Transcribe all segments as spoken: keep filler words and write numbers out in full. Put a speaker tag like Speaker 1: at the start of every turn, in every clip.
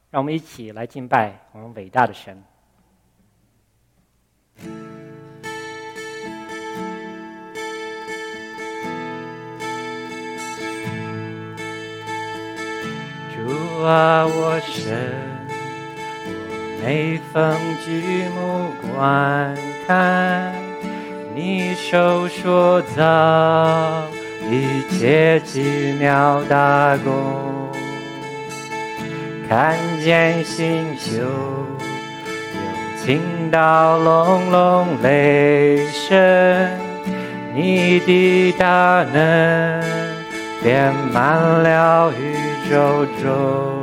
Speaker 1: 让我们一起来敬拜我们伟大的神。主啊，我神，我每逢举目观看，你手所造一切奇妙大功，看见星宿有倾倒隆隆雷声，你的大能遍满了宇宙中，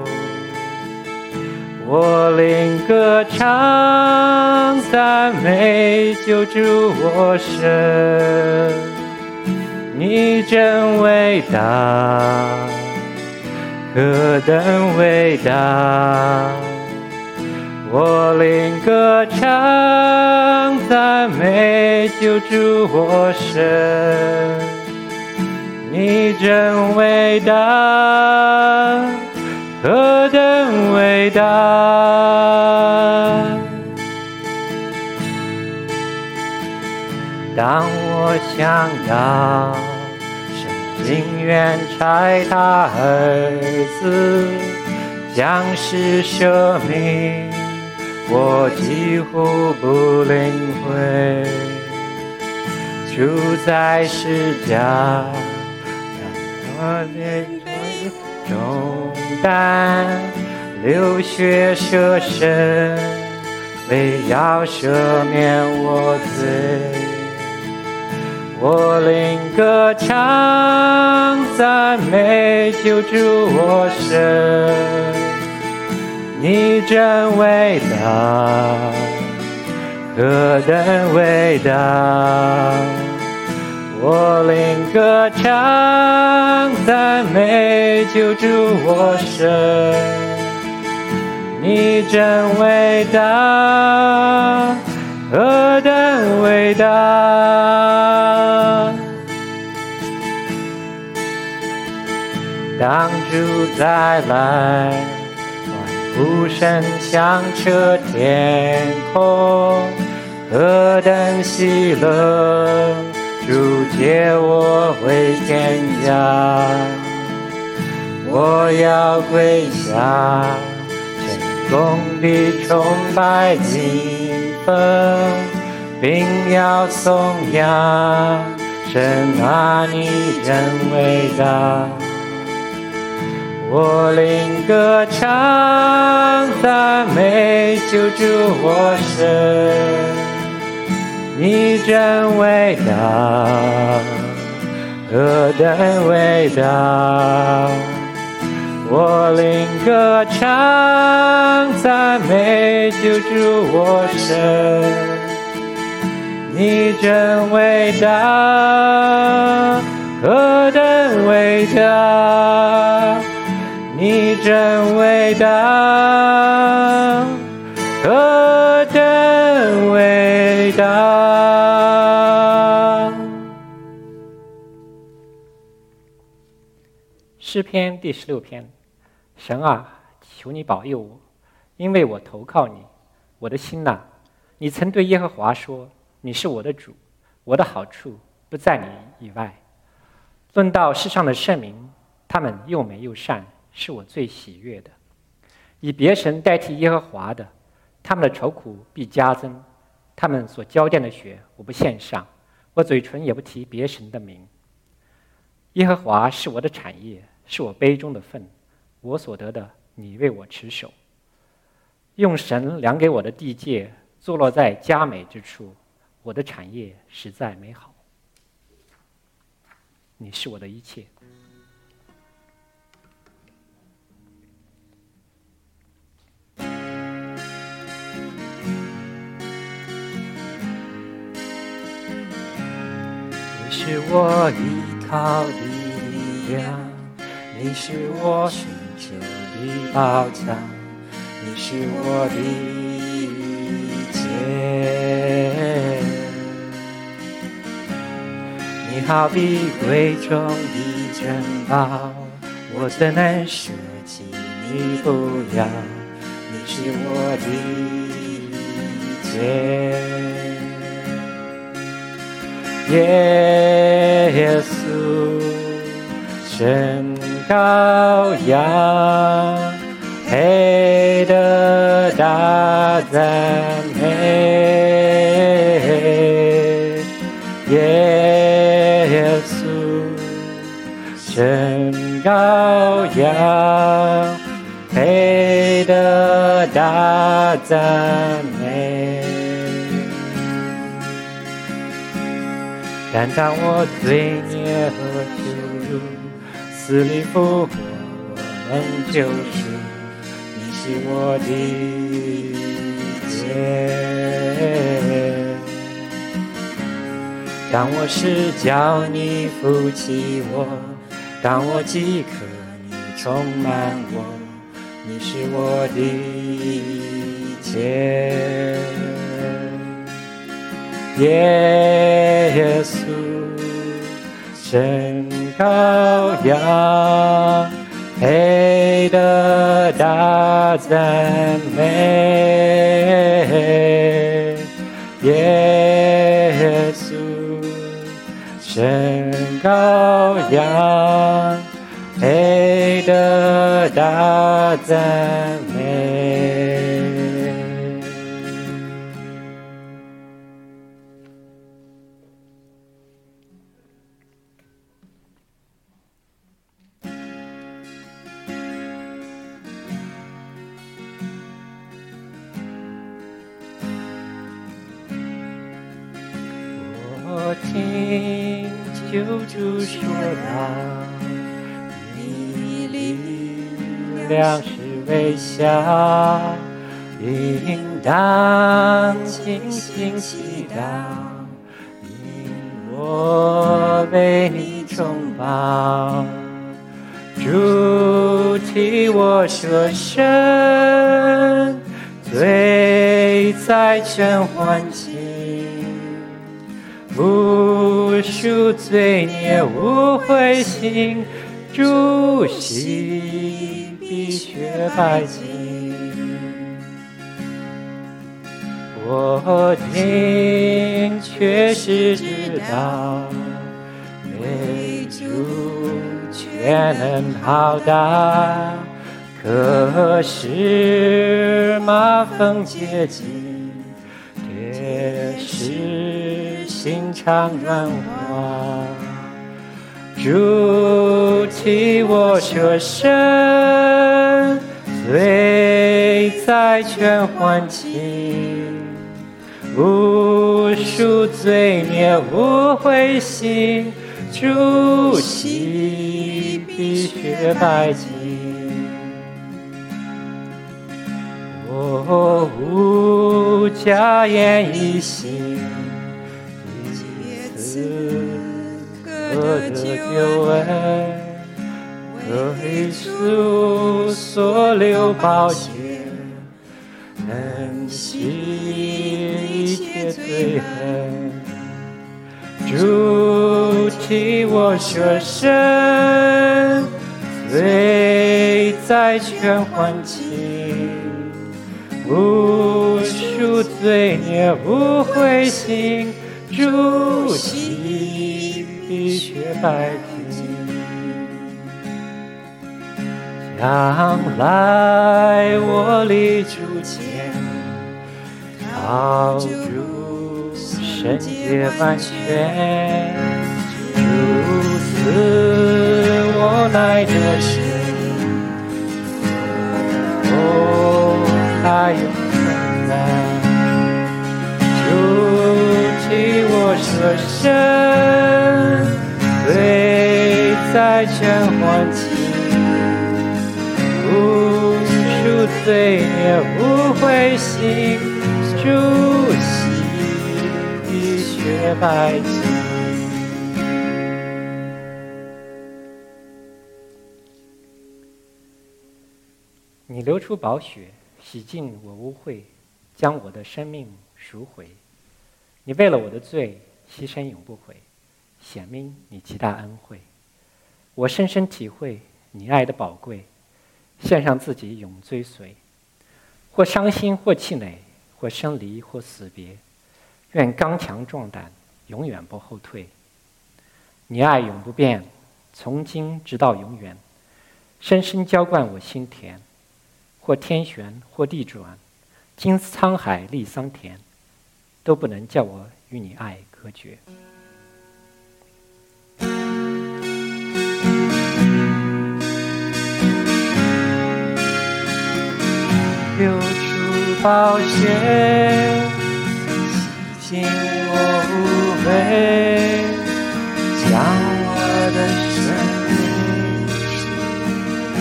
Speaker 1: 我灵歌唱赞美救主我神，你真伟大，何等伟大！我灵歌唱赞美救主我神，你真伟大，何等伟大！当我想到神竟愿差他儿子将世舍命，我几乎不领会。主在世家让我的重担流血舍身，为要赦免我罪。我灵歌唱赞美救主我神，你真伟大，何等伟大！我灵歌唱赞美救主我神，你真伟大，何等伟大！当主再来，欢呼声响彻天空，何等喜乐！主接我回天家，我要跪下，成功地崇拜敬奉，并要颂扬神啊，你真伟大！我灵歌唱赞美救主我神，你真伟大，何等伟大！我灵歌唱赞美救主我神，你真伟大，何等伟大！你真伟大，何等伟大！诗篇第十六篇，神啊，求你保佑我，因为我投靠你。我的心哪，你曾对耶和华说，你是我的主，我的好处不在你以外。论到世上的圣民，他们又美又善，是我最喜悦的。以别神代替耶和华的，他们的愁苦必加增。他们所浇奠的血，我不献上，我嘴唇也不提别神的名。耶和华是我的产业，是我杯中的分，我所得的，你为我持守。用神量给我的地界，坐落在佳美之处，我的产业实在美好。你是我的一切。你是我依靠的力量，你是我寻求的宝藏，你是我的一切。你好比贵重的珍宝，我怎能舍弃你不要？ 是我的一切。耶稣，真羔羊，配得大赞美。耶稣，真羔羊，配得大赞美。担当我罪孽和羞辱，死里复活，我能救赎。你是我的一切。当我是叫你扶起我，当我饥渴你充满我，你是我的一切。耶稣，真羔羊，配得大赞美。耶稣，真羔羊，配得大赞美。我听救主说道，你力量是微小，应当尽心祈祷，因我为你中保。主替我舍身，罪在全还清，无数罪孽无悔心，主洗比雪白净。我今确实知道，为主全能浩大，可是马蜂结晶，铁石心肠软化。主替我舍身，罪在全还清，无数罪孽无悔心，主洗比雪白净。我无假言一行，借此可得救恩，为主所流宝血，能洗一切罪恨。主替我舍身，罪在全还清，无数罪孽无悔心，主洗比雪白净。将来我立主前，靠主圣洁完全，主赐我乃得生，哦，还有困难，主替我舍身，罪在全还清，无数罪孽无悔心，主洗比雪白净。你流出宝血，洗净我污秽，将我的生命赎回。你为了我的罪牺牲永不悔，显明你极大恩惠。我深深体会你爱的宝贵，献上自己永追随。 或伤心，或气馁，或生离，或死别。愿刚强壮胆，永远不后退。你爱永不变，从今直到永远，深深浇灌我心田。或天旋，或地转，经沧海历桑田，都不能叫我与你爱隔绝。流出宝血，洗净我无悔，将我的生命赎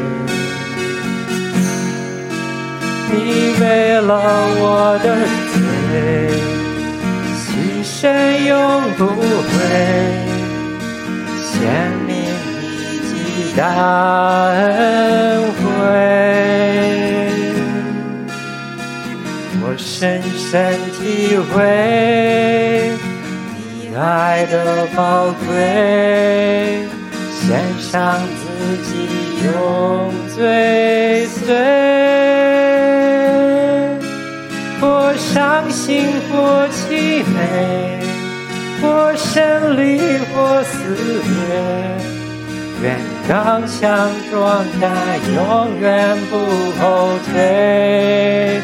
Speaker 1: 回。你为了我的罪，牺牲永不悔，显明你极大恩惠。我深深体会你爱的宝贵，献上自己永追随。或伤心，或凄美，或生离，或死别，愿刚强壮胆，永远不后退。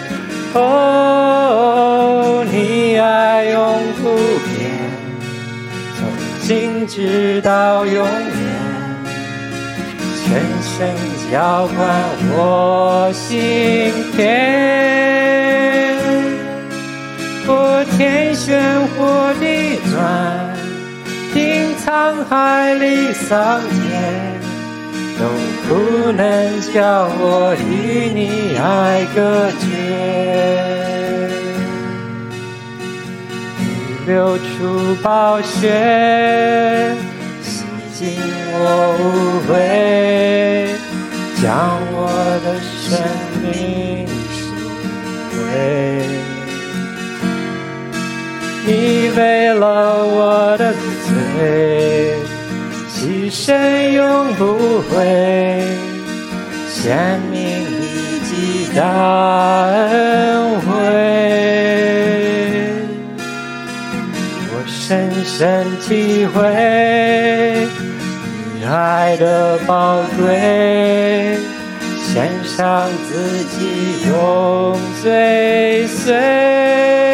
Speaker 1: 哦，你爱永不变，从今直到永远，深深浇灌我心田。或天旋，或地转，经沧海历桑田，都不能叫我与你爱隔绝。你流出宝血，洗净我无悔，将我的生命赎回。你为了我的罪，牺牲永不悔，显明你极大恩惠。我深深体会你爱的宝贵，献上自己永追随。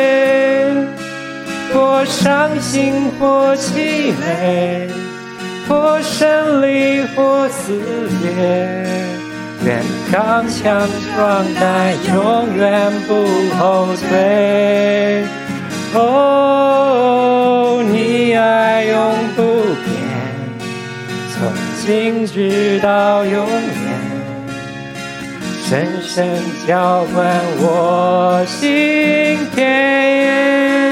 Speaker 1: 或伤心，或凄美，或生离，或死别，愿刚强壮胆，永远不后退。哦，你爱永不变，从今直到永远，深深浇灌我心田。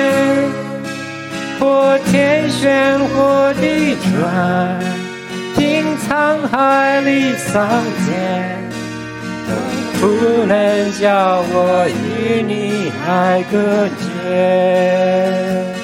Speaker 1: 或天旋，或地转，经沧海历桑田，都不能叫我与你爱隔绝。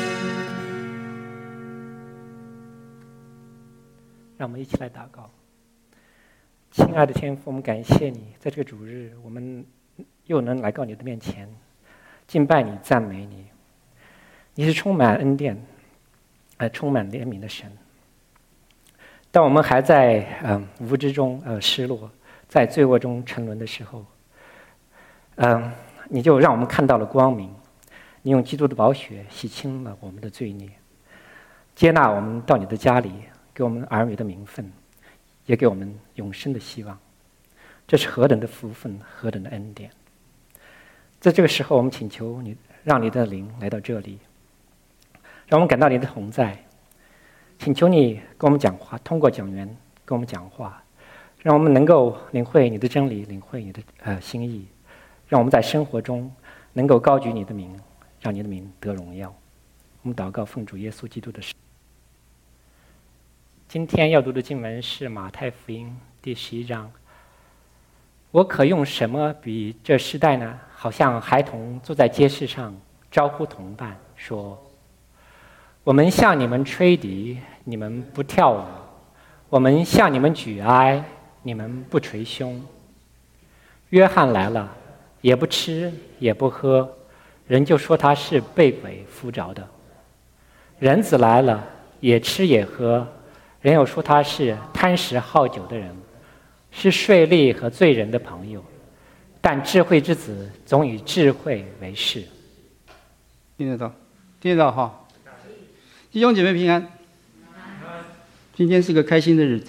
Speaker 1: 让我们一起来祷告。亲爱的天父，我们感谢你，在这个主日，我们又能来到你的面前，敬拜你，赞美你。你是充满恩典、呃，充满怜悯的神。当我们还在嗯、呃、无知中呃失落，在罪恶中沉沦的时候，嗯、呃，你就让我们看到了光明。你用基督的宝血洗清了我们的罪孽，接纳我们到你的家里，给我们儿女的名分，也给我们永生的希望。这是何等的福分，何等的恩典！在这个时候，我们请求你，让你的灵来到这里。让我们感到你的同在，请求你跟我们讲话，通过讲员跟我们讲话，让我们能够领会你的真理，领会你的呃心意，让我们在生活中能够高举你的名，让你的名得荣耀。我们祷告，奉主耶稣基督的圣。今天要读的经文是马太福音第十一章。我可用什么比这时代呢？好像孩童坐在街市上，招呼同伴说，我们向你们吹笛，你们不跳舞；我们向你们举哀，你们不捶胸。 约翰来了，也不吃也不喝，人就说他是被鬼附着的。人子来了，也吃也喝，人又说他是贪食好酒的人，是税吏和罪人的朋友。但智慧之子总以智慧为事。
Speaker 2: 听得到，听得到哈。弟兄姐妹平安。今天是个开心的日子。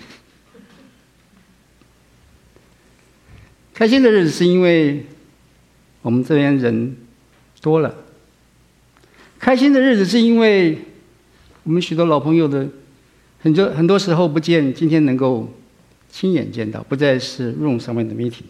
Speaker 2: 开心的日子是因为我们这边人多了。开心的日子是因为我们许多老朋友的很多很多时候不见，今天能够亲眼见到，不再是 room 上面的 meeting。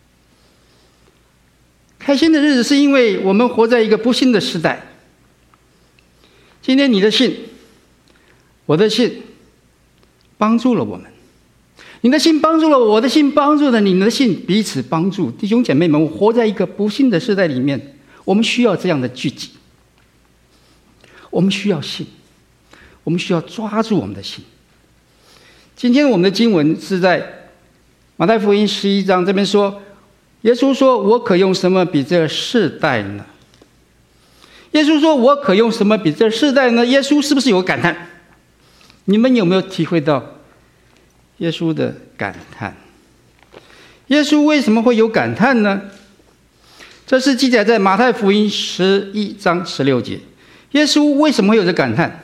Speaker 2: 开心的日子是因为我们活在一个不幸的时代。今天你的信，我的信，帮助了我们。你的信帮助了我，我的信帮助了你，你的信彼此帮助。弟兄姐妹们，我活在一个不幸的时代里面，我们需要这样的聚集。我们需要信，我们需要抓住我们的信。今天我们的经文是在马太福音十一章这边说，耶稣说：“我可用什么比这世代呢？”耶稣说：“我可用什么比这世代呢？”耶稣是不是有感叹？你们有没有体会到耶稣的感叹？耶稣为什么会有感叹呢？这是记载在马太福音十一章十六节。耶稣为什么会有这感叹？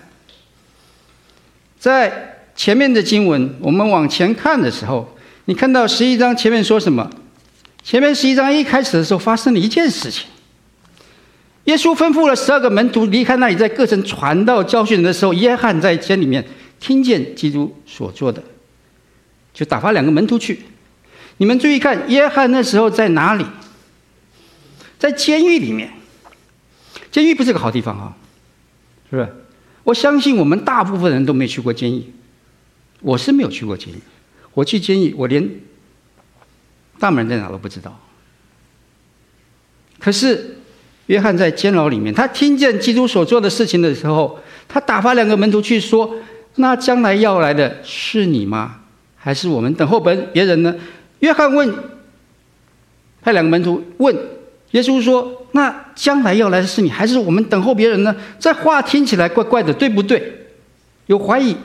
Speaker 2: 在前面的经文，我们往前看的时候，你看到十一章前面说什么？前面十一章一开始的时候发生了一件事情。耶稣吩咐了十二个门徒离开那里，在各城传道教训人的时候，约翰在监里面听见基督所做的，就打发两个门徒去。你们注意看，约翰那时候在哪里？在监狱里面。监狱不是个好地方啊，是不是？我相信我们大部分人都没去过监狱，我是没有去过监狱。我去监狱，我连大门在哪都不知道。可是约翰在监牢里面，他听见基督所做的事情的时候，他打发两个门徒去说：“那将来要来的是你吗？还是我们等候别人呢？”约翰问，派两个门徒问耶稣说：“那将来要来的是你，还是我们等候别人呢？”这话听起来怪怪的，对不对？有怀疑。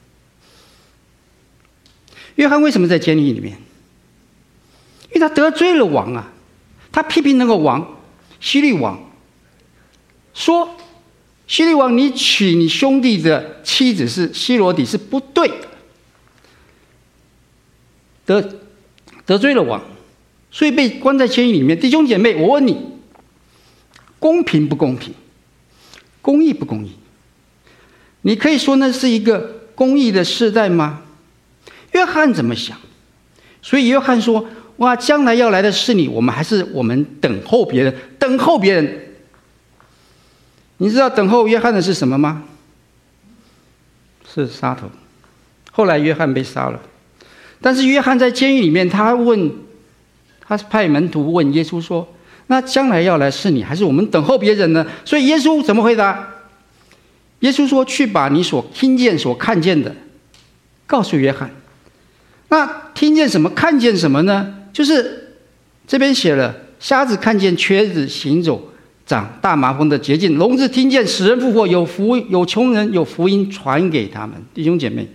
Speaker 2: 约翰为什么在监狱里面？因为他得罪了王啊，他批评那个王希律王，说希律王，你娶你兄弟的妻子是希罗底是不对的，得得罪了王，所以被关在监狱里面。弟兄姐妹，我问你，公平不公平？公义不公义？你可以说那是一个公义的世代吗？约翰怎么想？所以约翰说：“哇，将来要来的是你，我们还是我们等候别人？等候别人。”你知道等候约翰的是什么吗？是杀头。后来约翰被杀了，但是约翰在监狱里面，他问，他派门徒问耶稣说：“那将来要来是你，还是我们等候别人呢？”所以耶稣怎么回答？耶稣说：“去把你所听见、所看见的告诉约翰。”那听见什么？看见什么呢？就是这边写了：瞎子看见，瘸子行走，长大麻风的洁净，聋子听见，死人复活，有福有穷人有福音传给他们。弟兄姐妹，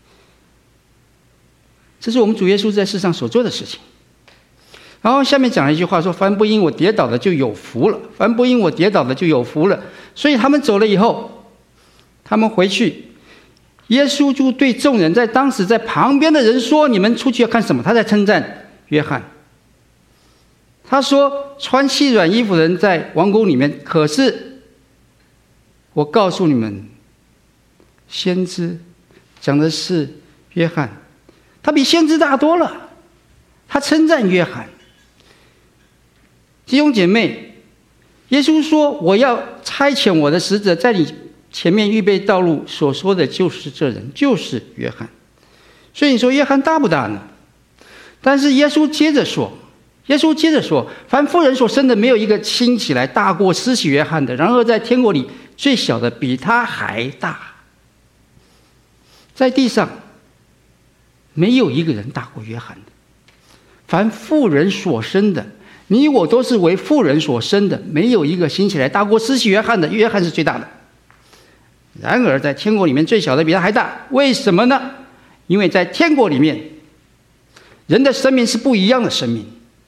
Speaker 2: 这是我们主耶稣在世上所做的事情。然后下面讲了一句话说：“凡不因我跌倒的就有福了，凡不因我跌倒的就有福了。”所以他们走了以后，他们回去，耶稣就对众人，在当时在旁边的人说：“你们出去要看什么？”他在称赞约翰。他说：“穿细软衣服的人在王宫里面，可是我告诉你们，先知讲的是约翰，他比先知大多了。”他称赞约翰。弟兄姐妹，耶稣说：“我要差遣我的使者在你前面预备道路，所说的就是这人，就是约翰。”所以你说约翰大不大呢？但是耶稣接着说，耶稣接着说：“凡妇人所生的，没有一个兴起来大过施洗约翰的。然而在天国里，最小的比他还大。在地上，没有一个人大过约翰的。 凡妇人所生的，你我都是为妇人所生的，没有一个兴起来大过施洗约翰的，约翰是最大的。然而在天国里面最小的比他还大，为什么呢？因为在天国里面，人的生命是不一样的生命。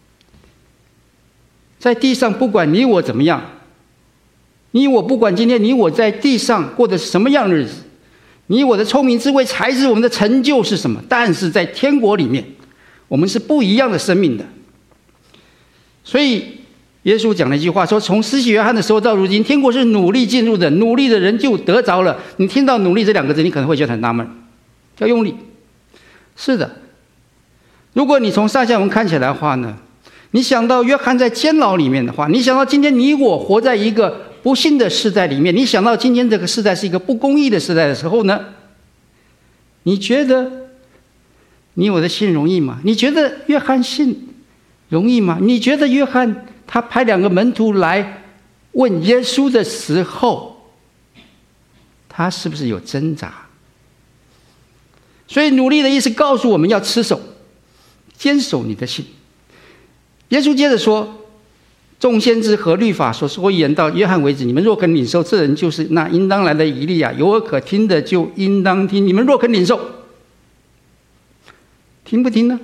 Speaker 2: 在地上不管你我怎么样，你我不管今天你我在地上过的是什么样的日子，你我的聪明智慧才智我们的成就是什么，但是在天国里面我们是不一样的生命的。所以耶稣讲了一句话说，从施洗约翰的时候到如今，天国是努力进入的，努力的人就得着了。你听到努力这两个字，你可能会觉得很纳闷，要用力。是的，如果你从上下文看起来的话呢，你想到约翰在监牢里面的话，你想到今天你我活在一个不幸的世代里面，你想到今天这个世代是一个不公义的世代的时候呢，你觉得你我的信容易吗？你觉得约翰信容易吗？你觉得约翰他派两个门徒来问耶稣的时候，他是不是有挣扎？所以努力的意思告诉我们要持守坚守你的信。耶稣接着说，众先知和律法所说言到约翰为止，你们若肯领受，这人就是那应当来的以利亚，有耳可听的就应当听。你们若肯领受，听不听呢？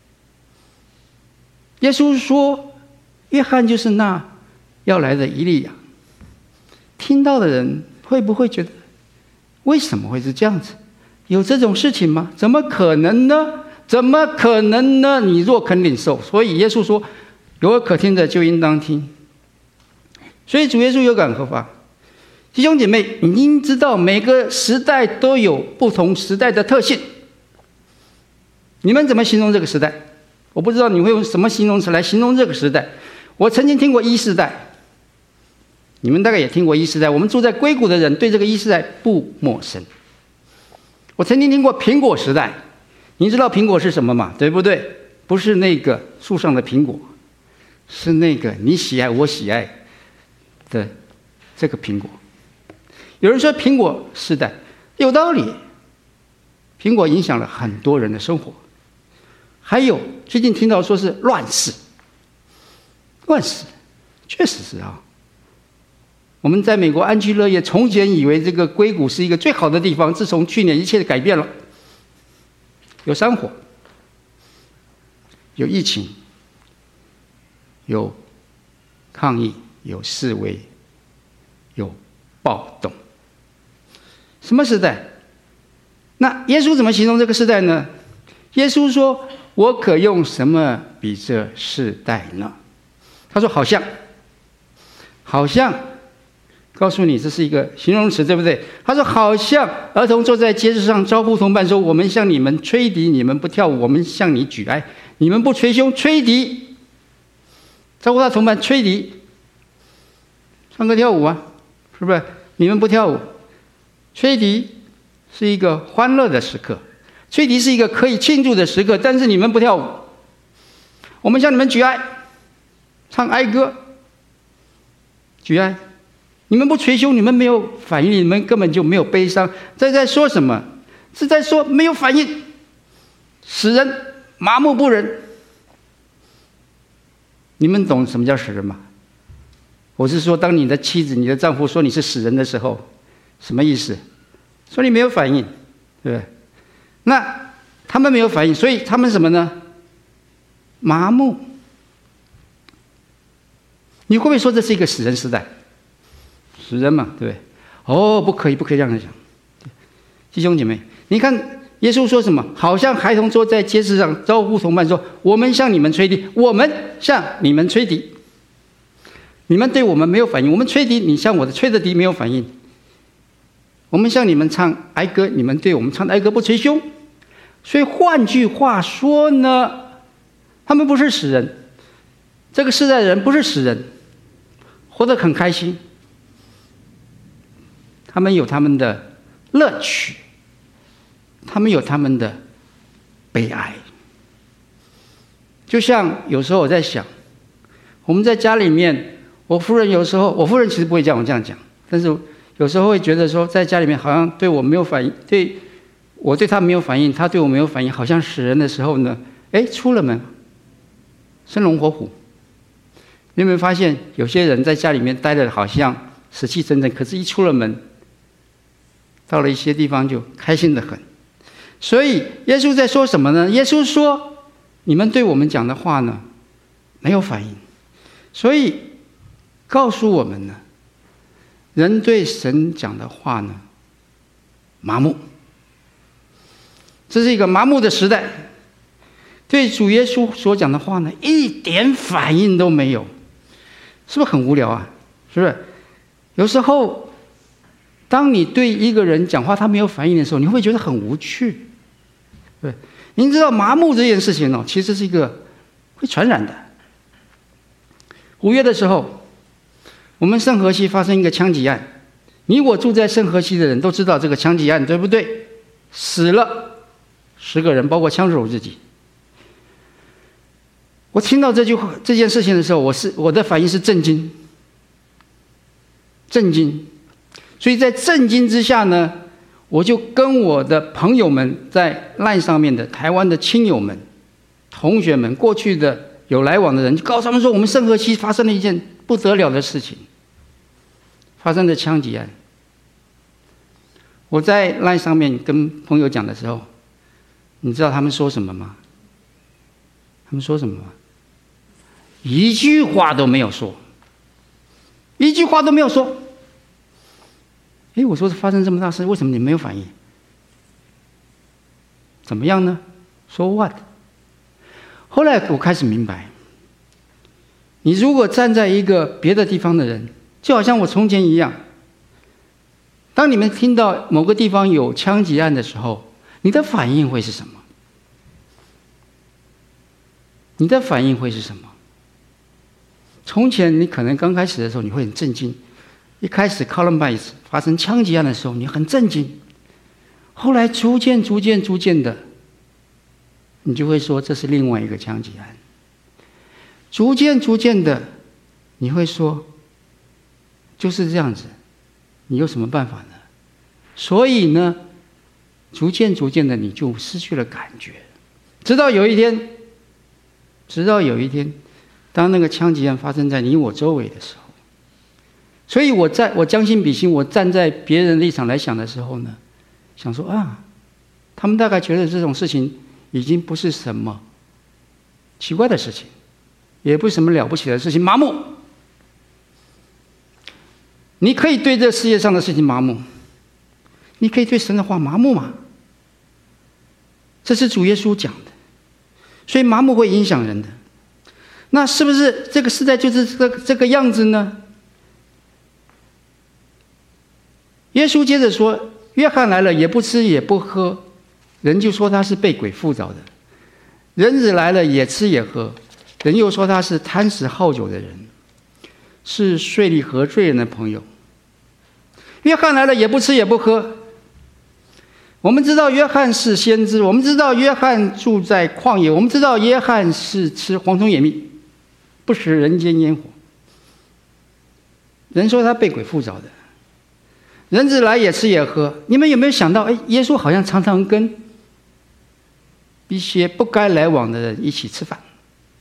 Speaker 2: 耶稣说约翰就是那要来的以利亚，听到的人会不会觉得为什么会是这样子？有这种事情吗？怎么可能呢？怎么可能呢？你若肯领受，所以耶稣说有耳可听的就应当听。所以主耶稣有感而发。弟兄姐妹，你应知道每个时代都有不同时代的特性。你们怎么形容这个时代？我不知道你会用什么形容词来形容这个时代。我曾经听过一世代，你们大概也听过一世代，我们住在硅谷的人对这个一世代不陌生。我曾经听过苹果时代，你知道苹果是什么吗？对不对？不是那个树上的苹果，是那个你喜爱我喜爱的这个苹果。有人说苹果时代有道理，苹果影响了很多人的生活。还有最近听到说是乱世，乱世确实是啊。我们在美国安居乐业，从前以为这个硅谷是一个最好的地方，自从去年一切改变了，有山火，有疫情，有抗议，有示威，有暴动。什么时代？那耶稣怎么形容这个时代呢？耶稣说，我可用什么比这世代呢？他说好像好像告诉你这是一个形容词，对不对？他说好像儿童坐在街上招呼同伴说，我们向你们吹笛，你们不跳舞，我们向你举哀，你们不捶胸吹笛，招呼他同伴吹笛，唱歌跳舞啊，是不是？你们不跳舞，吹笛是一个欢乐的时刻，吹笛是一个可以庆祝的时刻，但是你们不跳舞，我们向你们举哀，唱哀歌，举哀，你们不捶胸，你们没有反应，你们根本就没有悲伤。这在说什么？是在说没有反应，使人麻木不仁。你们懂什么叫使人吗？我是说，当你的妻子、你的丈夫说你是使人的时候，什么意思？说你没有反应，对不对？那他们没有反应，所以他们什么呢？麻木。你会不会说这是一个使人时代？使人嘛，对不对？哦，不可以，不可以这样讲。弟兄姐妹，你看耶稣说什么？好像孩童坐在街市上招呼同伴说：“我们向你们吹笛，我们向你们吹笛。”你们对我们没有反应，我们吹笛，你向我的吹的笛没有反应。我们向你们唱哀歌，你们对我们唱的哀歌不捶胸。所以换句话说呢，他们不是使人，这个世代的人不是使人，活得很开心。他们有他们的乐趣，他们有他们的悲哀。就像有时候我在想，我们在家里面，我夫人有时候，我夫人其实不会像我这样讲，但是有时候会觉得说，在家里面好像对我没有反应，对我对他没有反应，他对我没有反应，好像使人的时候呢，哎，出了门， 生龙活虎。你有没有发现，有些人在家里面待的好像死气沉沉，可是一出了门，到了一些地方就开心得很。所以耶稣在说什么呢？耶稣说，你们对我们讲的话呢，没有反应。所以告诉我们呢，人对神讲的话呢，麻木。这是一个麻木的时代，对主耶稣所讲的话呢，一点反应都没有，是不是很无聊啊？是不是？有时候，当你对一个人讲话，他没有反应的时候，你会觉得很无趣。对，您知道麻木这件事情呢、哦，其实是一个会传染的。五月的时候，我们圣河西发生一个枪击案，你我住在圣河西的人都知道这个枪击案，对不对？死了十个人，包括枪手自己。我听到这句话、这件事情的时候，我是我的反应是震惊，震惊。所以在震惊之下呢，我就跟我的朋友们在 LINE 上面的台湾的亲友们、同学们、过去的有来往的人，就告诉他们说，我们圣河西发生了一件不得了的事情，发生了枪击案。我在 LINE 上面跟朋友讲的时候，你知道他们说什么吗？他们说什么吗？一句话都没有说，一句话都没有说。诶，我说发生这么大事，为什么你没有反应？怎么样呢？说 what？ 后来我开始明白，你如果站在一个别的地方的人，就好像我从前一样，当你们听到某个地方有枪击案的时候，你的反应会是什么？你的反应会是什么？从前你可能刚开始的时候你会很震惊，一开始 Columbine 发生枪击案的时候你很震惊，后来逐渐逐渐逐渐的，你就会说这是另外一个枪击案。逐渐逐渐的，你会说就是这样子，你有什么办法呢？所以呢，逐渐逐渐的你就失去了感觉，直到有一天，直到有一天，当那个枪击案发生在你我周围的时候，所以我在我将心比心，我站在别人立场来想的时候呢，想说啊，他们大概觉得这种事情已经不是什么奇怪的事情，也不是什么了不起的事情，麻木。你可以对这世界上的事情麻木，你可以对神的话麻木吗？这是主耶稣讲的，所以麻木会影响人的。那是不是这个时代就是这个这个样子呢？耶稣接着说，约翰来了也不吃也不喝，人就说他是被鬼附着的；人子来了也吃也喝，人又说他是贪食好酒的人，是税吏和罪人的朋友。约翰来了也不吃也不喝。我们知道约翰是先知，我们知道约翰住在旷野，我们知道约翰是吃蝗虫野蜜，不食人间烟火。人说他被鬼附着的，人子来也吃也喝。你们有没有想到，哎，耶稣好像常常跟一些不该来往的人一起吃饭，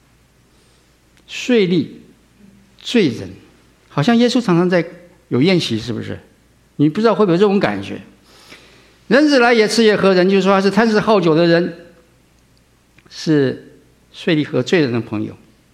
Speaker 2: 税吏、罪人，好像耶稣常常在有宴席，是不是？你不知道会不会有这种感觉？人子来也吃也喝，人就说他是贪食好酒的人，是税吏和罪人的朋友。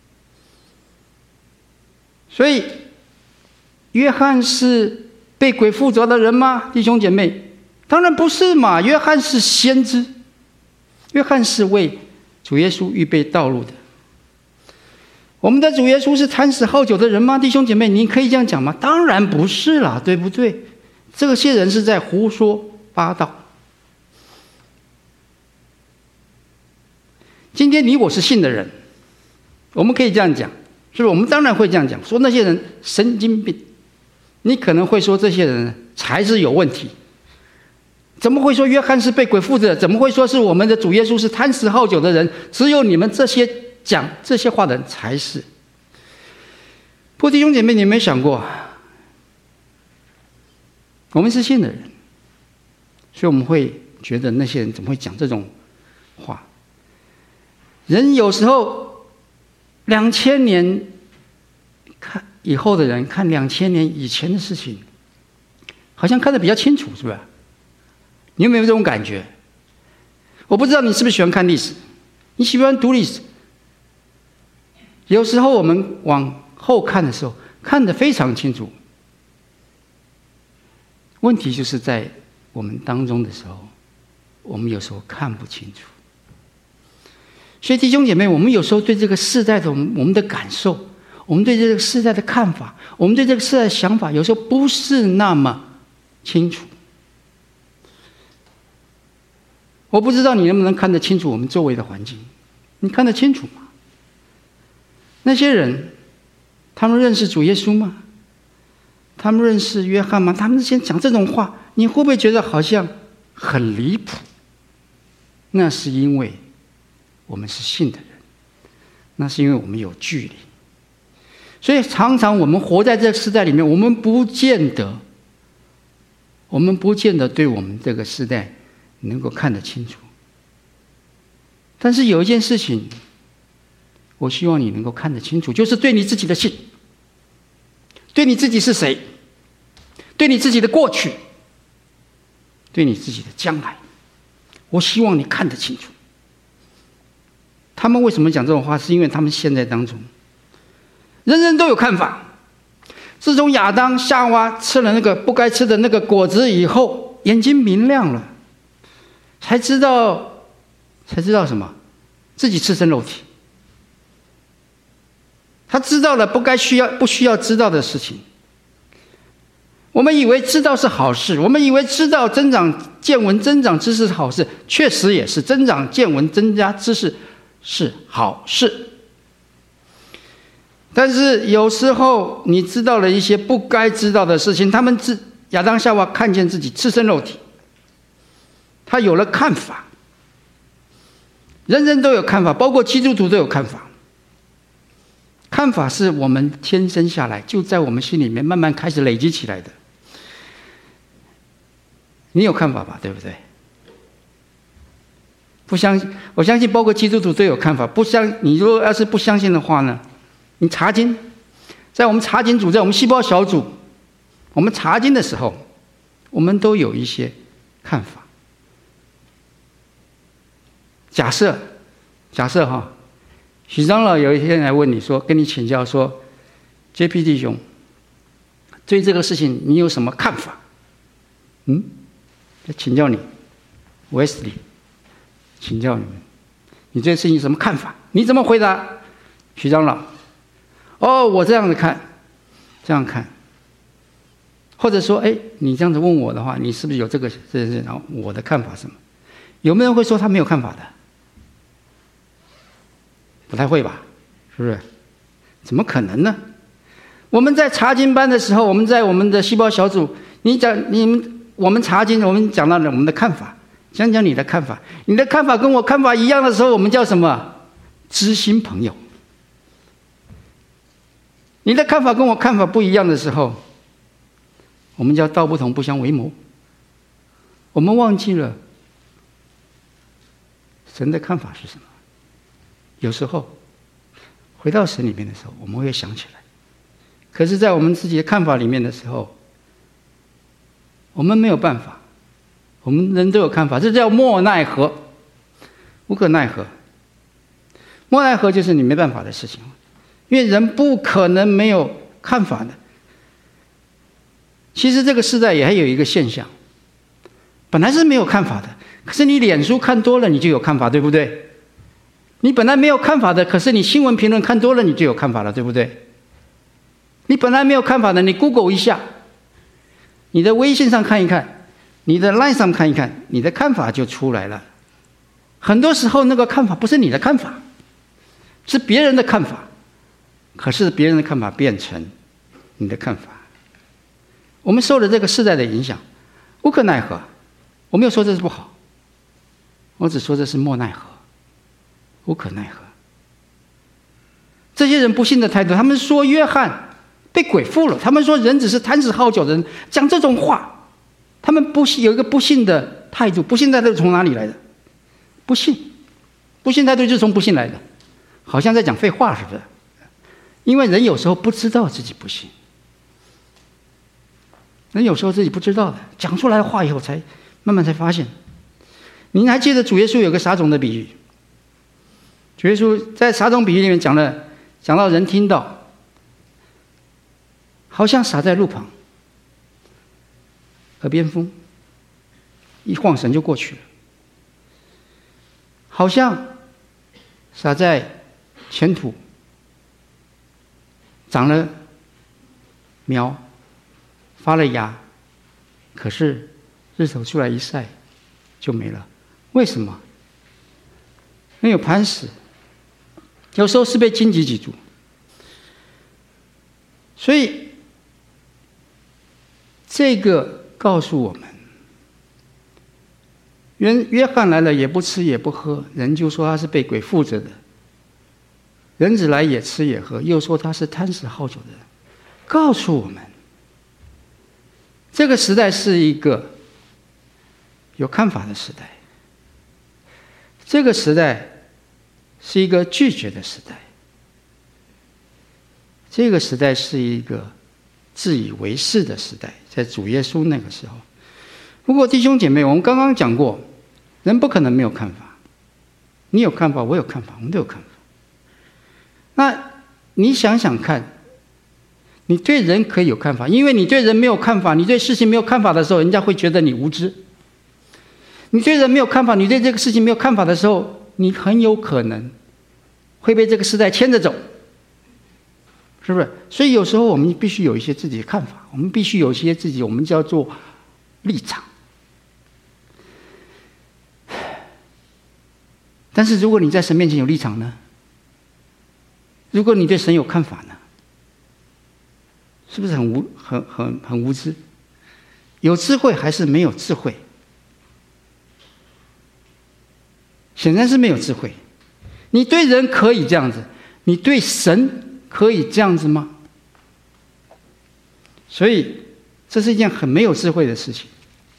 Speaker 2: 所以约翰是被鬼附着的人吗？弟兄姐妹，当然不是嘛！约翰是先知，约翰是为主耶稣预备道路的。我们的主耶稣是贪食好酒的人吗？弟兄姐妹，你可以这样讲吗？当然不是啦，对不对？这些人是在胡说八道。今天你我是信的人，我们可以这样讲，是不是？我们当然会这样讲，说那些人神经病。你可能会说这些人才是有问题，怎么会说约翰是被鬼附着？怎么会说是我们的主耶稣是贪食好酒的人？只有你们这些讲这些话的人才是。不过弟兄姐妹，你有没有想过，我们是信的人，所以我们会觉得那些人怎么会讲这种话？人有时候两千年看以后的人看两千年以前的事情，好像看得比较清楚，是不是？你有没有这种感觉？我不知道你是不是喜欢看历史，你喜欢读历史。有时候我们往后看的时候，看得非常清楚。问题就是在我们当中的时候，我们有时候看不清楚。所以弟兄姐妹，我们有时候对这个世代的我们我们的感受，我们对这个世代的看法，我们对这个世代的想法，有时候不是那么清楚。我不知道你能不能看得清楚我们周围的环境，你看得清楚吗？那些人，他们认识主耶稣吗？他们认识约翰吗？他们先讲这种话，你会不会觉得好像很离谱？那是因为我们是信的人，那是因为我们有距离。所以常常我们活在这个时代里面，我们不见得，我们不见得对我们这个时代能够看得清楚。但是有一件事情，我希望你能够看得清楚，就是对你自己的信，对你自己是谁，对你自己的过去，对你自己的将来，我希望你看得清楚。他们为什么讲这种话？是因为他们现在当中，人人都有看法。自从亚当夏娃吃了那个不该吃的那个果子以后，眼睛明亮了，才知道，才知道什么？自己赤身肉体。他知道了不该需要不需要知道的事情。我们以为知道是好事，我们以为知道增长见闻、增长知识是好事，确实也是增长见闻、增加知识是好事。但是有时候你知道了一些不该知道的事情，他们自亚当夏娃看见自己赤身肉体，他有了看法。人人都有看法，包括基督徒都有看法。看法是我们天生下来就在我们心里面慢慢开始累积起来的。你有看法吧？对不对？不相信，我相信包括基督徒都有看法。不相，你如果要是不相信的话呢？你查经，在我们查经组，在我们细胞小组，我们查经的时候，我们都有一些看法。假设，假设哈。许长老有一天来问你说，跟你请教说 ，J P 弟兄，对这个事情你有什么看法？嗯，请教你 ，Wesley， 请教你们，你对这事情有什么看法？你怎么回答？许长老，哦，我这样子看，这样看，或者说，哎，你这样子问我的话，你是不是有这个这这？然后我的看法是什么？有没有人会说他没有看法的？不太会吧，是不是？怎么可能呢？我们在查经班的时候，我们在我们的细胞小组，你讲你们我们查经，我们讲到了我们的看法，讲讲你的看法，你的看法跟我看法一样的时候，我们叫什么？知心朋友。你的看法跟我看法不一样的时候，我们叫道不同不相为谋。我们忘记了神的看法是什么。有时候回到神里面的时候，我们会想起来。可是在我们自己的看法里面的时候，我们没有办法。我们人都有看法，这叫莫奈何，无可奈何。莫奈何就是你没办法的事情，因为人不可能没有看法的。其实这个时代也还有一个现象，本来是没有看法的，可是你脸书看多了，你就有看法，对不对？你本来没有看法的，可是你新闻评论看多了，你就有看法了，对不对？你本来没有看法的，你 Google 一下，你的微信上看一看，你的 Line 上看一看，你的看法就出来了。很多时候那个看法不是你的看法，是别人的看法，可是别人的看法变成你的看法。我们受了这个世代的影响，无可奈何。我没有说这是不好，我只说这是莫奈何。无可奈何。这些人不信的态度，他们说约翰被鬼附了，他们说人只是贪食好酒的人，讲这种话，他们不信，有一个不信的态度。不信态度从哪里来的？不信，不信态度就是从不信来的，好像在讲废话似的。 因为人有时候不知道自己不信，人有时候自己不知道的，讲出来的话以后才慢慢才发现。您还记得主耶稣有个撒种的比喻？主耶稣在撒种比喻里面讲了，讲到人听到，好像撒在路旁，耳边风，一晃神就过去了；好像撒在前土，长了苗，发了芽，可是日头出来一晒就没了。为什么？因为有磐石，有时候是被荆棘挤住。所以这个告诉我们，约约翰来了也不吃也不喝，人就说他是被鬼附着的；人子来也吃也喝，又说他是贪食好酒的人。告诉我们，这个时代是一个有看法的时代，这个时代是一个拒绝的时代，这个时代是一个自以为是的时代，在主耶稣那个时候。不过弟兄姐妹，我们刚刚讲过，人不可能没有看法，你有看法，我有看法，我们都有看法。那你想想看，你对人可以有看法，因为你对人没有看法，你对事情没有看法的时候，人家会觉得你无知。你对人没有看法，你对这个事情没有看法的时候，你很有可能会被这个时代牵着走，是不是？所以有时候我们必须有一些自己的看法，我们必须有一些自己我们叫做立场。但是如果你在神面前有立场呢？如果你对神有看法呢？是不是很无很很很无知？有智慧还是没有智慧？显然是没有智慧。你对人可以这样子，你对神可以这样子吗？所以这是一件很没有智慧的事情。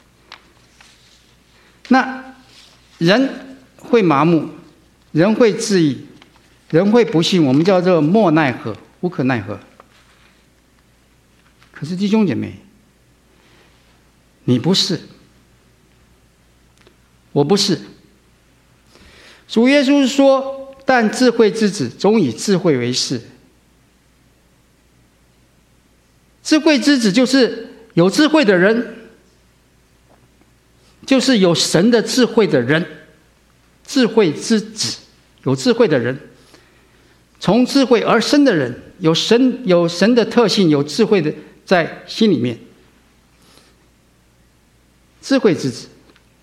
Speaker 2: 那人会麻木，人会质疑，人会不信，我们叫做莫奈何，无可奈何。可是弟兄姐妹，你不是，我不是。主耶稣说：“但智慧之子总以智慧为是。”智慧之子就是有智慧的人，就是有神的智慧的人。智慧之子，有智慧的人，从智慧而生的人，有神有神的特性，有智慧的在心里面。智慧之子，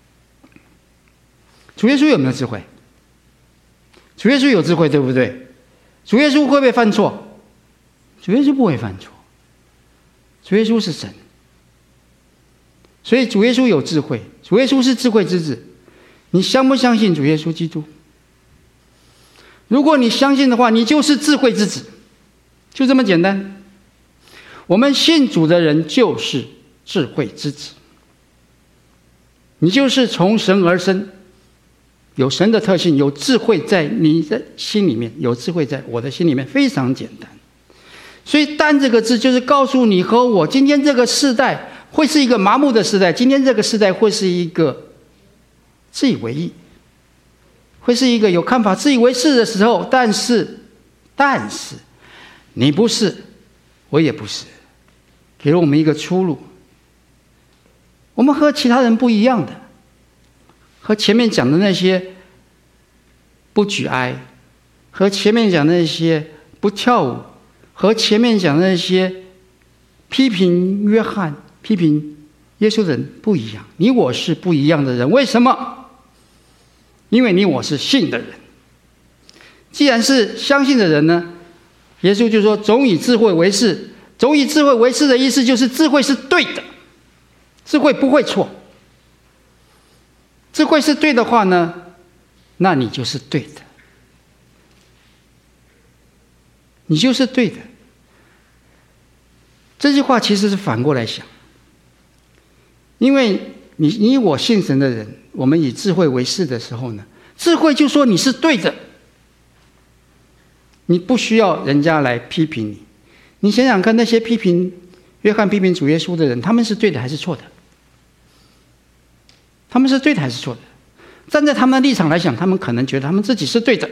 Speaker 2: 主耶稣有没有智慧？主耶稣有智慧，对不对？主耶稣会不会犯错？主耶稣不会犯错。主耶稣是神，所以主耶稣有智慧，主耶稣是智慧之子。你相不相信主耶稣基督？如果你相信的话，你就是智慧之子，就这么简单。我们信主的人就是智慧之子，你就是从神而生，有神的特性，有智慧在你的心里面，有智慧在我的心里面，非常简单。所以但这个字就是告诉你和我，今天这个世代会是一个麻木的时代，今天这个世代会是一个自以为意，会是一个有看法自以为是的时候。但是但是你不是，我也不是，给了我们一个出路。我们和其他人不一样的，和前面讲的那些不举哀，和前面讲的那些不跳舞，和前面讲的那些批评约翰、批评耶稣的人不一样。你我是不一样的人，为什么？因为你我是信的人。既然是相信的人呢，耶稣就说总以智慧为是。总以智慧为是的意思就是智慧是对的，智慧不会错。智慧是对的话呢，那你就是对的，你就是对的。这句话其实是反过来想，因为你你我信神的人，我们以智慧为是的时候呢，智慧就说你是对的， 你不需要人家来批评你。你想想看，那些批评约翰、批评主耶稣的人，他们是对的还是错的？他们是对的还是错的？站在他们的立场来讲，他们可能觉得他们自己是对的。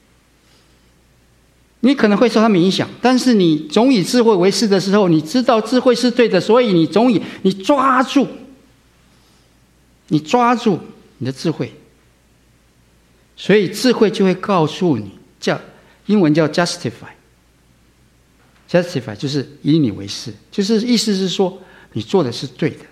Speaker 2: 你可能会受他们影响，但是你总以智慧为事的时候，你知道智慧是对的，所以你总以你抓住，你抓住你的智慧，所以智慧就会告诉你，叫英文叫 justify。justify 就是以你为是，就是意思是说你做的是对的。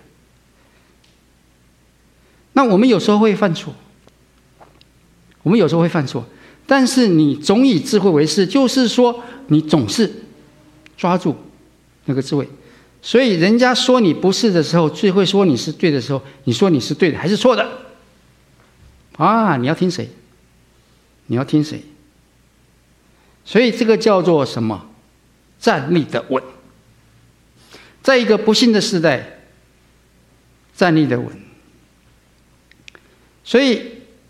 Speaker 2: 那我们有时候会犯错，我们有时候会犯错，但是你总以智慧为是，就是说你总是抓住那个智慧。所以人家说你不是的时候，智慧说你是对的时候，你说你是对的还是错的啊？你要听谁？你要听谁？所以这个叫做什么？站立的稳。在一个不幸的时代，站立的稳。所以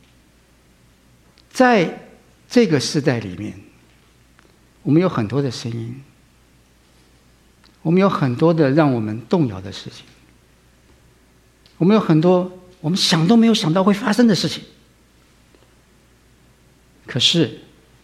Speaker 2: 在这个时代里面，我们有很多的声音，我们有很多的让我们动摇的事情，我们有很多我们想都没有想到会发生的事情。可是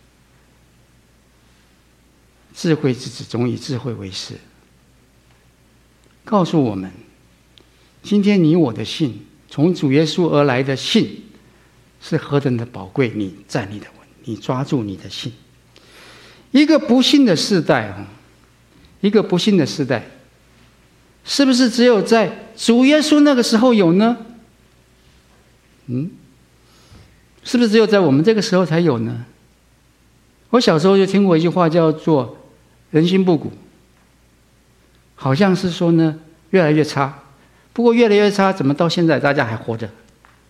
Speaker 2: 智慧之子总以智慧为是，告诉我们，今天你我的信，从主耶稣而来的信是何等的宝贵，你站立的稳，你抓住你的信。一个不幸的世代，一个不幸的世代，是不是只有在主耶稣那个时候有呢？嗯，是不是只有在我们这个时候才有呢？我小时候就听过一句话，叫做人心不古，好像是说呢越来越差，不过越来越差，怎么到现在大家还活着？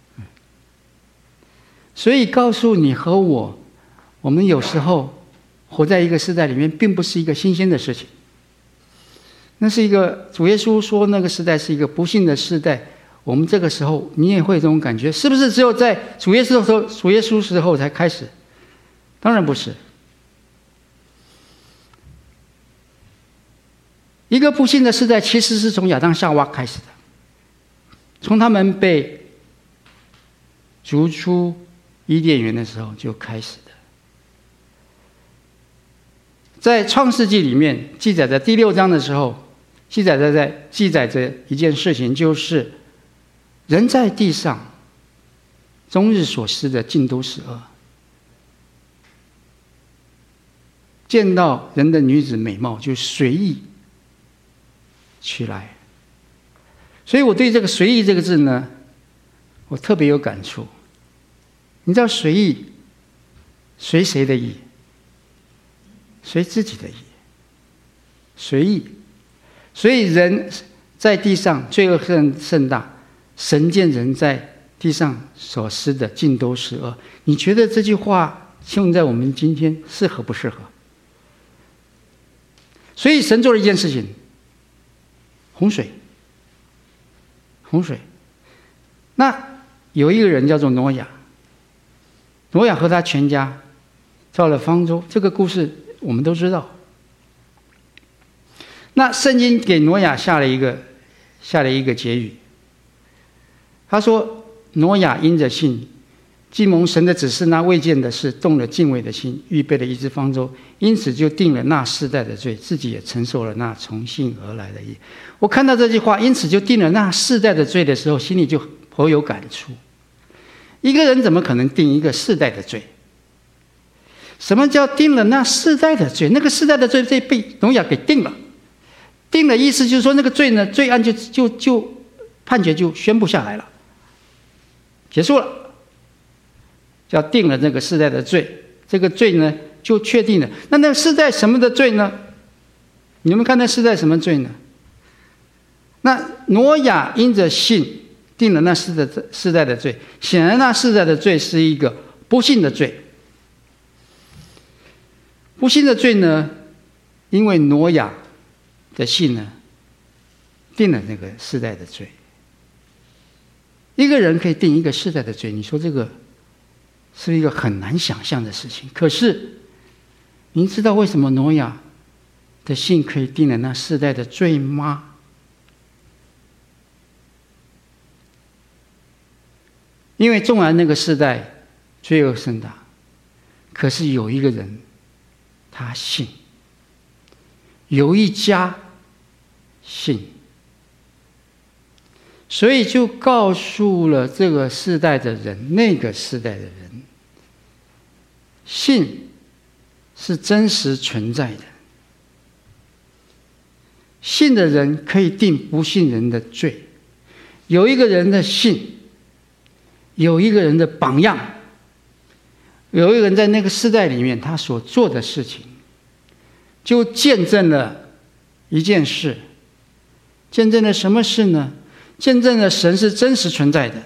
Speaker 2: 所以告诉你和我，我们有时候活在一个时代里面，并不是一个新鲜的事情。那是一个主耶稣说那个时代是一个不幸的时代，我们这个时候你也会有这种感觉，是不是只有在主耶稣的时候、主耶稣时候才开始？当然不是。一个不幸的时代其实是从亚当夏娃开始的，从他们被逐出伊甸园的时候就开始的。在创世纪里面记载在第六章的时候，记载着在记载着一件事情，就是人在地上终日所思的尽都是恶，见到人的女子美貌就随意取来。所以我对这个随意这个字呢，我特别有感触。你知道随意随谁的意？随自己的意。随意。所以人在地上罪恶甚甚大，神见人在地上所思的尽都是恶。你觉得这句话用在我们今天适合不适合？所以神做了一件事情，洪水。洪水。那有一个人叫做挪亚，挪亚和他全家造了方舟，这个故事我们都知道。那圣经给挪亚下了一个下了一个结语，他说挪亚因着信，既蒙神的指示，那未见的事，动了敬畏的心，预备了一只方舟，因此就定了那世代的罪，自己也承受了那从信而来的义。我看到这句话，因此就定了那世代的罪的时候，心里就颇有感触。一个人怎么可能定一个世代的罪？什么叫定了那世代的罪？那个世代的罪被挪亚给定了，定了意思就是说那个罪呢，罪案就就就判决就宣布下来了，结束了，叫定了那个世代的罪。这个罪呢就确定了。那那个世代什么的罪呢？你们看那世代什么罪呢？那挪亚因着信定了那世代的世代的罪，显然那世代的罪是一个不幸的罪。不幸的罪呢，因为挪亚的信呢定了那个世代的罪。一个人可以定一个世代的罪，你说这个是一个很难想象的事情。可是您知道为什么挪亚的信可以定了那世代的罪吗？因为纵然那个世代罪恶甚大，可是有一个人他信，有一家信，所以就告诉了这个世代的人，那个世代的人，信是真实存在的。信的人可以定不信人的罪。有一个人的信，有一个人的榜样，有一个人在那个世代里面他所做的事情，就见证了一件事。见证了什么事呢？见证了神是真实存在的，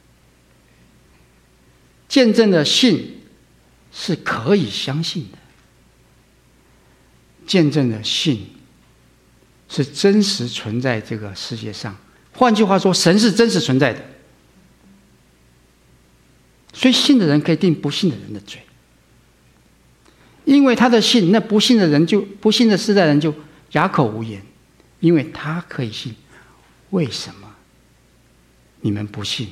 Speaker 2: 见证了信是可以相信的，见证了信是真实存在这个世界上。换句话说，神是真实存在的。所以信的人可以定不信的人的罪，因为他的信，那不信的人就不信的世代人就哑口无言，因为他可以信。为什么你们不信？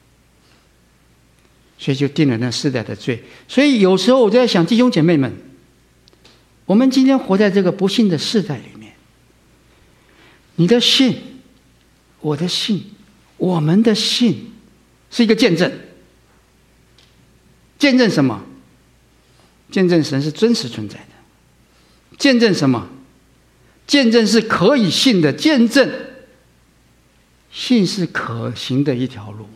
Speaker 2: 所以就定了那世代的罪。所以有时候我就在想，弟兄姐妹们，我们今天活在这个不信的世代里面，你的信，我的信，我们的信是一个见证。见证什么？见证神是真实存在的。见证什么？见证是可以信的。见证信是可行的一条路。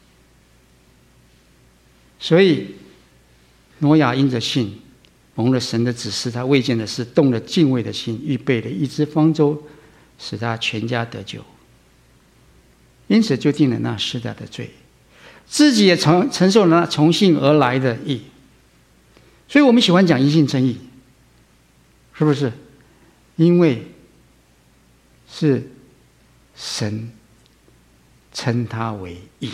Speaker 2: 所以挪亚因着信蒙了神的指示，他未见的事，动了敬畏的心，预备了一只方舟，使他全家得救。因此就定了那世代的罪，自己也承承受了那从信而来的义。所以我们喜欢讲因信称义，是不是？因为是神称他为义，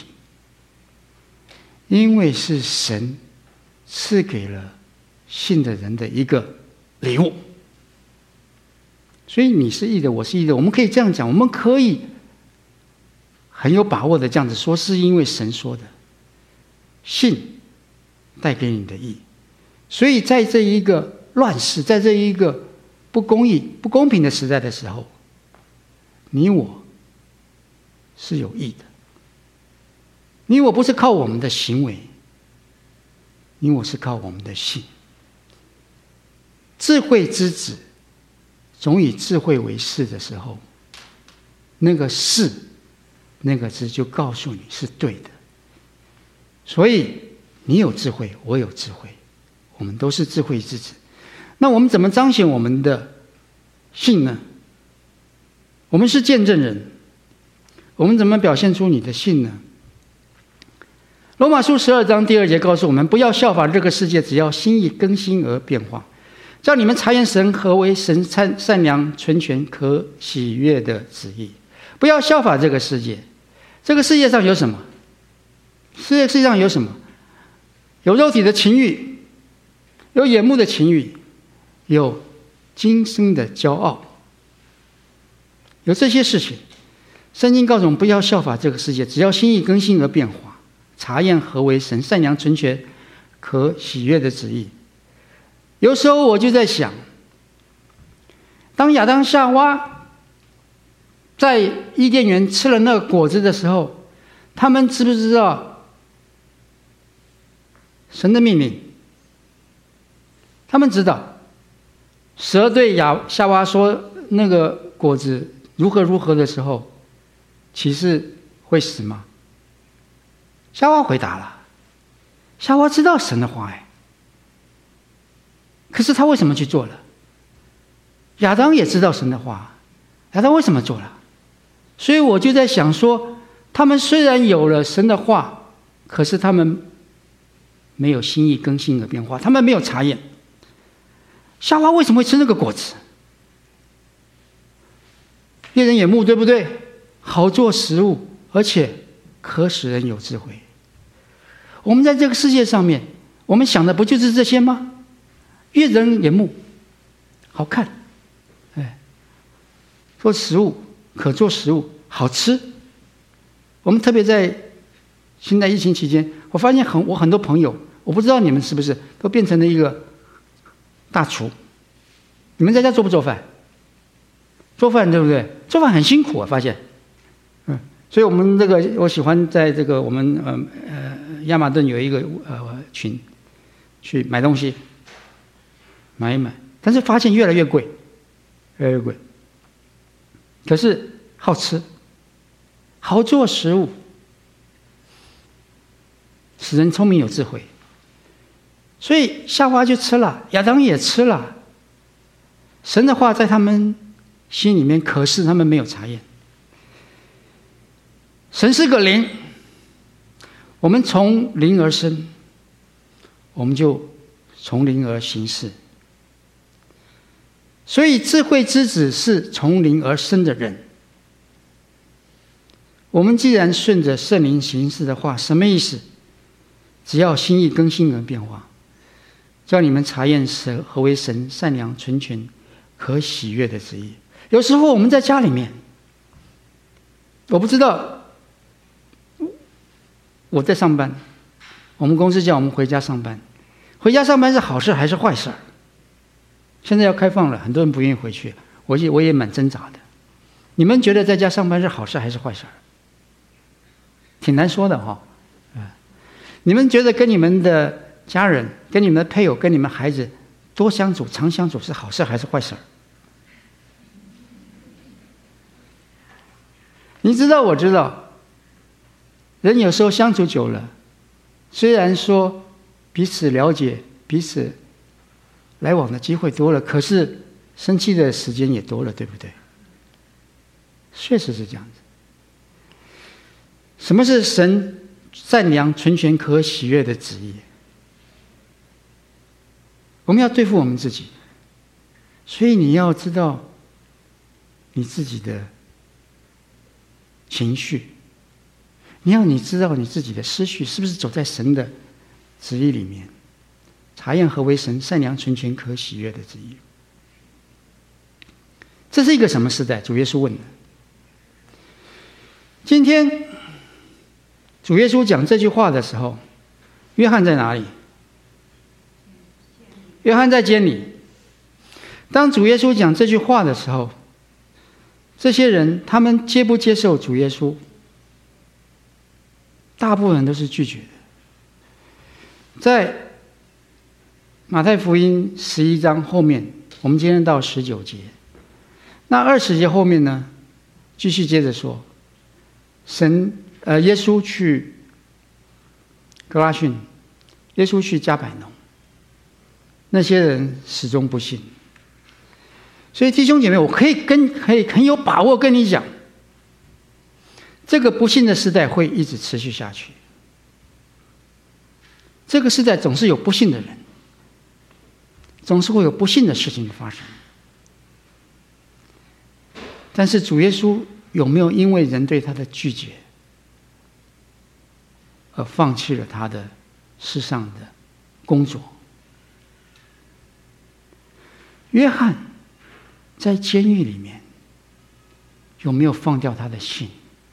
Speaker 2: 因为是神赐给了信的人的一个礼物。所以你是义的，我是义的，我们可以这样讲，我们可以很有把握的这样子说，是因为神说的，信带给你的义。所以在这一个乱世，在这一个不公义、不公平的时代的时候，你我是有义的。你我不是靠我们的行为，你我是靠我们的信。智慧之子总以智慧为事的时候，那个事那个字就告诉你是对的。所以你有智慧，我有智慧，我们都是智慧之子。那我们怎么彰显我们的信呢？我们是见证人，我们怎么表现出你的信呢？罗马书十二章第二节告诉我们，不要效法这个世界，只要心意更新而变化，叫你们察验神何为神善善良、纯全、可喜悦的旨意。不要效法这个世界。这个世界上有什么？世界世界上有什么？有肉体的情欲，有眼目的情欲，有今生的骄傲，有这些事情。圣经告诉我们，不要效法这个世界，只要心意更新而变化，察验何为神善良、纯全、可喜悦的旨意。有时候我就在想，当亚当夏娃在伊甸园吃了那个果子的时候，他们知不知道神的命令？他们知道。蛇对亚夏娃说那个果子如何如何的时候，岂是会死吗？夏娃回答了。夏娃知道神的话，哎，可是他为什么去做了？亚当也知道神的话，亚当为什么做了？所以我就在想说，他们虽然有了神的话，可是他们没有心意更新而变化，他们没有察验。夏娃为什么会吃那个果子？猎人眼目，对不对？好做食物，而且可使人有智慧。我们在这个世界上面，我们想的不就是这些吗？ 悦人眼目，好看，哎，做食物可做食物，好吃。我们特别在现在疫情期间，我发现很我很多朋友，我不知道你们是不是都变成了一个大厨。你们在家做不做饭？做饭对不对？做饭很辛苦啊，发现，嗯，所以我们这个我喜欢在这个我们呃呃亚马顿有一个呃群，去买东西，买一买，但是发现越来越贵，越来越贵。可是好吃，好做食物，使人聪明有智慧。所以夏娃就吃了，亚当也吃了。神的话在他们心里面，可是他们没有查验。神是个灵，我们从灵而生，我们就从灵而行事。所以智慧之子是从灵而生的人。我们既然顺着圣灵行事的话，什么意思？只要心意更新而变化，叫你们查验神何为神善良、纯全、可喜悦的旨意。有时候我们在家里面，我不知道，我在上班，我们公司叫我们回家上班，回家上班是好事还是坏事？现在要开放了，很多人不愿意回去，我也我也蛮挣扎的。你们觉得在家上班是好事还是坏事？挺难说的哈。你们觉得跟你们的家人、跟你们的配偶、跟你们孩子多相处、常相处是好事还是坏事？你知道，我知道，人有时候相处久了，虽然说彼此了解、彼此来往的机会多了，可是生气的时间也多了，对不对？确实是这样子。什么是神善良、纯全、可喜悦的旨意？我们要对付我们自己，所以你要知道你自己的情绪，你要你知道你自己的思绪是不是走在神的旨意里面，查验何为神善良、纯全、可喜悦的旨意。这是一个什么时代？主耶稣问的。今天主耶稣讲这句话的时候，约翰在哪里？约翰在监里。当主耶稣讲这句话的时候，这些人他们接不接受主耶稣？大部分人都是拒绝的。在马太福音十一章后面，我们今天到十九节，那二十节后面呢，继续接着说，神呃耶稣去格拉逊，耶稣去加百农，那些人始终不信。所以弟兄姐妹，我可以跟可以很有把握跟你讲，这个不信的时代会一直持续下去。这个时代总是有不信的人，总是会有不信的事情发生。但是主耶稣有没有因为人对他的拒绝而放弃了他的世上的工作？约翰在监狱里面有没有放掉他的信？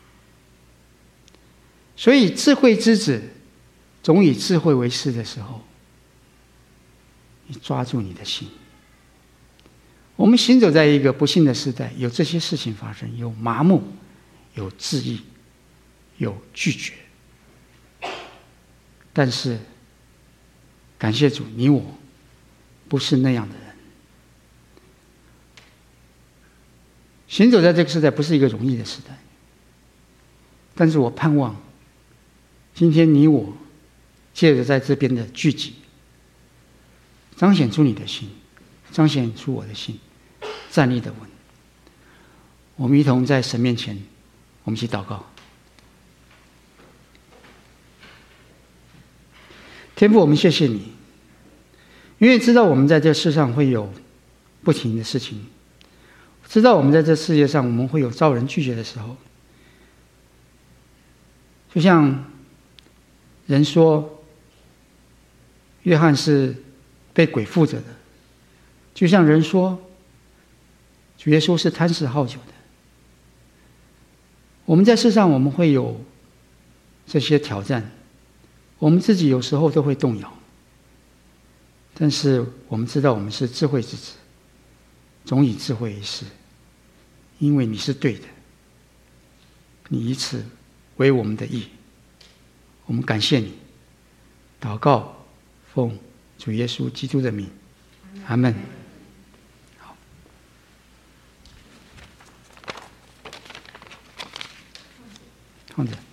Speaker 2: 所以智慧之子总以智慧为师的时候，你抓住你的心。我们行走在一个不幸的时代，有这些事情发生，有麻木，有质疑，有拒绝。但是感谢主，你我不是那样的人。行走在这个时代不是一个容易的时代，但是我盼望今天你我借着在这边的聚集，彰显出你的心，彰显出我的心，站立的稳。我们一同在神面前，我们一起祷告。天父，我们谢谢你，因为知道我们在这世上会有不停的事情，知道我们在这世界上我们会有遭人拒绝的时候。就像人说约翰是被鬼附着的， 就像人说，主耶稣是贪食好酒的。我们在世上我们会有这些挑战，我们自己有时候都会动摇，但是我们知道我们是智慧之子，总以智慧为事，因为你是对的，你以此为我们的义。我们感谢你，祷告奉主耶稣基督的名，阿们。好，放着。